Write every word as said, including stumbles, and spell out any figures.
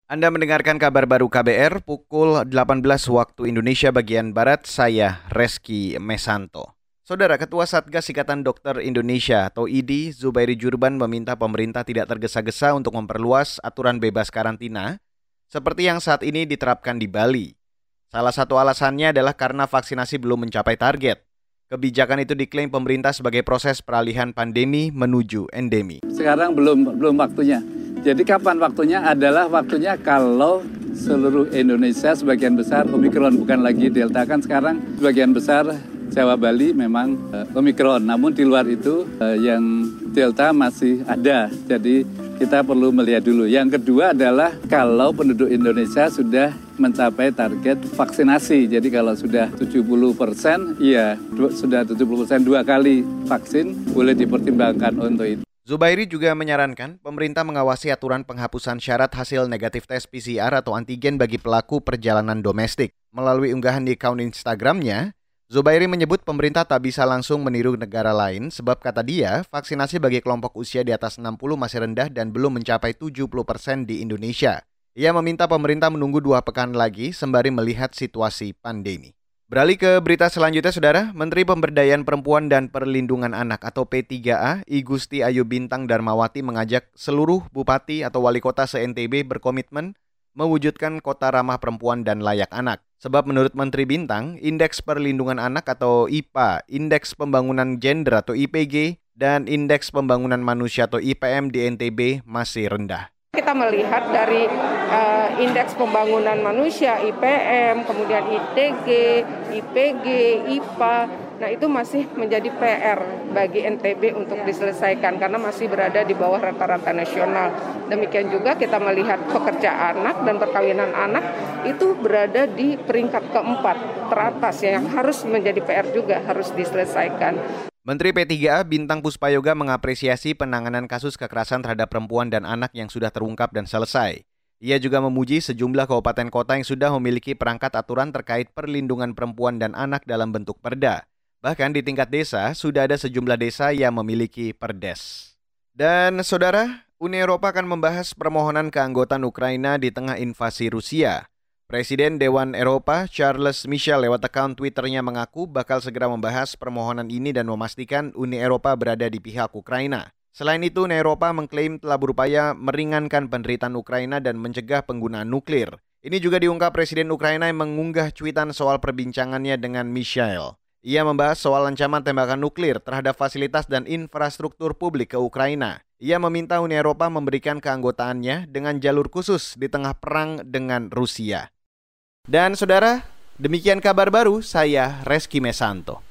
Anda mendengarkan kabar baru K B R pukul delapan belas waktu Indonesia bagian Barat, saya Reski Mesanto. Saudara Ketua Satgas Ikatan Dokter Indonesia atau I D I, Zubairi Jurban meminta pemerintah tidak tergesa-gesa untuk memperluas aturan bebas karantina seperti yang saat ini diterapkan di Bali. Salah satu alasannya adalah karena vaksinasi belum mencapai target. Kebijakan itu diklaim pemerintah sebagai proses peralihan pandemi menuju endemi. Sekarang belum belum waktunya. Jadi kapan waktunya? Adalah waktunya kalau seluruh Indonesia sebagian besar Omikron, bukan lagi Delta. Kan sekarang sebagian besar Jawa Bali memang uh, Omikron. Namun di luar itu uh, yang Delta masih ada. Jadi kita perlu melihat dulu. Yang kedua adalah kalau penduduk Indonesia sudah mencapai target vaksinasi. Jadi kalau sudah tujuh puluh persen, iya sudah tujuh puluh persen dua kali vaksin boleh dipertimbangkan untuk itu. Zubairi juga menyarankan pemerintah mengawasi aturan penghapusan syarat hasil negatif tes P C R atau antigen bagi pelaku perjalanan domestik. Melalui unggahan di akun Instagramnya, Zubairi menyebut pemerintah tak bisa langsung meniru negara lain sebab kata dia, vaksinasi bagi kelompok usia di atas enam puluh masih rendah dan belum mencapai tujuh puluh persen di Indonesia. Ia meminta pemerintah menunggu dua pekan lagi sembari melihat situasi pandemi. Beralih ke berita selanjutnya, Saudara. Menteri Pemberdayaan Perempuan dan Perlindungan Anak atau P tiga A, I Gusti Ayu Bintang Darmawati mengajak seluruh bupati atau wali kota se-N T B berkomitmen mewujudkan kota ramah perempuan dan layak anak. Sebab menurut Menteri Bintang, Indeks Perlindungan Anak atau I P A, Indeks Pembangunan Gender atau I P G, dan Indeks Pembangunan Manusia atau I P M di N T B masih rendah. Kita melihat dari uh, indeks pembangunan manusia, I P M, kemudian I T G, I P G, I P A, nah itu masih menjadi P R bagi N T B untuk diselesaikan karena masih berada di bawah rata-rata nasional. Demikian juga kita melihat pekerja anak dan perkawinan anak itu berada di peringkat keempat teratas yang harus menjadi P R juga, harus diselesaikan. Menteri P tiga A Bintang Puspayoga mengapresiasi penanganan kasus kekerasan terhadap perempuan dan anak yang sudah terungkap dan selesai. Ia juga memuji sejumlah kabupaten kota yang sudah memiliki perangkat aturan terkait perlindungan perempuan dan anak dalam bentuk perda. Bahkan di tingkat desa, sudah ada sejumlah desa yang memiliki perdes. Dan Saudara, Uni Eropa akan membahas permohonan keanggotaan Ukraina di tengah invasi Rusia. Presiden Dewan Eropa Charles Michel lewat akun Twitternya mengaku bakal segera membahas permohonan ini dan memastikan Uni Eropa berada di pihak Ukraina. Selain itu, Uni Eropa mengklaim telah berupaya meringankan penderitaan Ukraina dan mencegah penggunaan nuklir. Ini juga diungkap Presiden Ukraina yang mengunggah cuitan soal perbincangannya dengan Michel. Ia membahas soal ancaman tembakan nuklir terhadap fasilitas dan infrastruktur publik ke Ukraina. Ia meminta Uni Eropa memberikan keanggotaannya dengan jalur khusus di tengah perang dengan Rusia. Dan Saudara, demikian kabar baru, saya Reski Mesanto.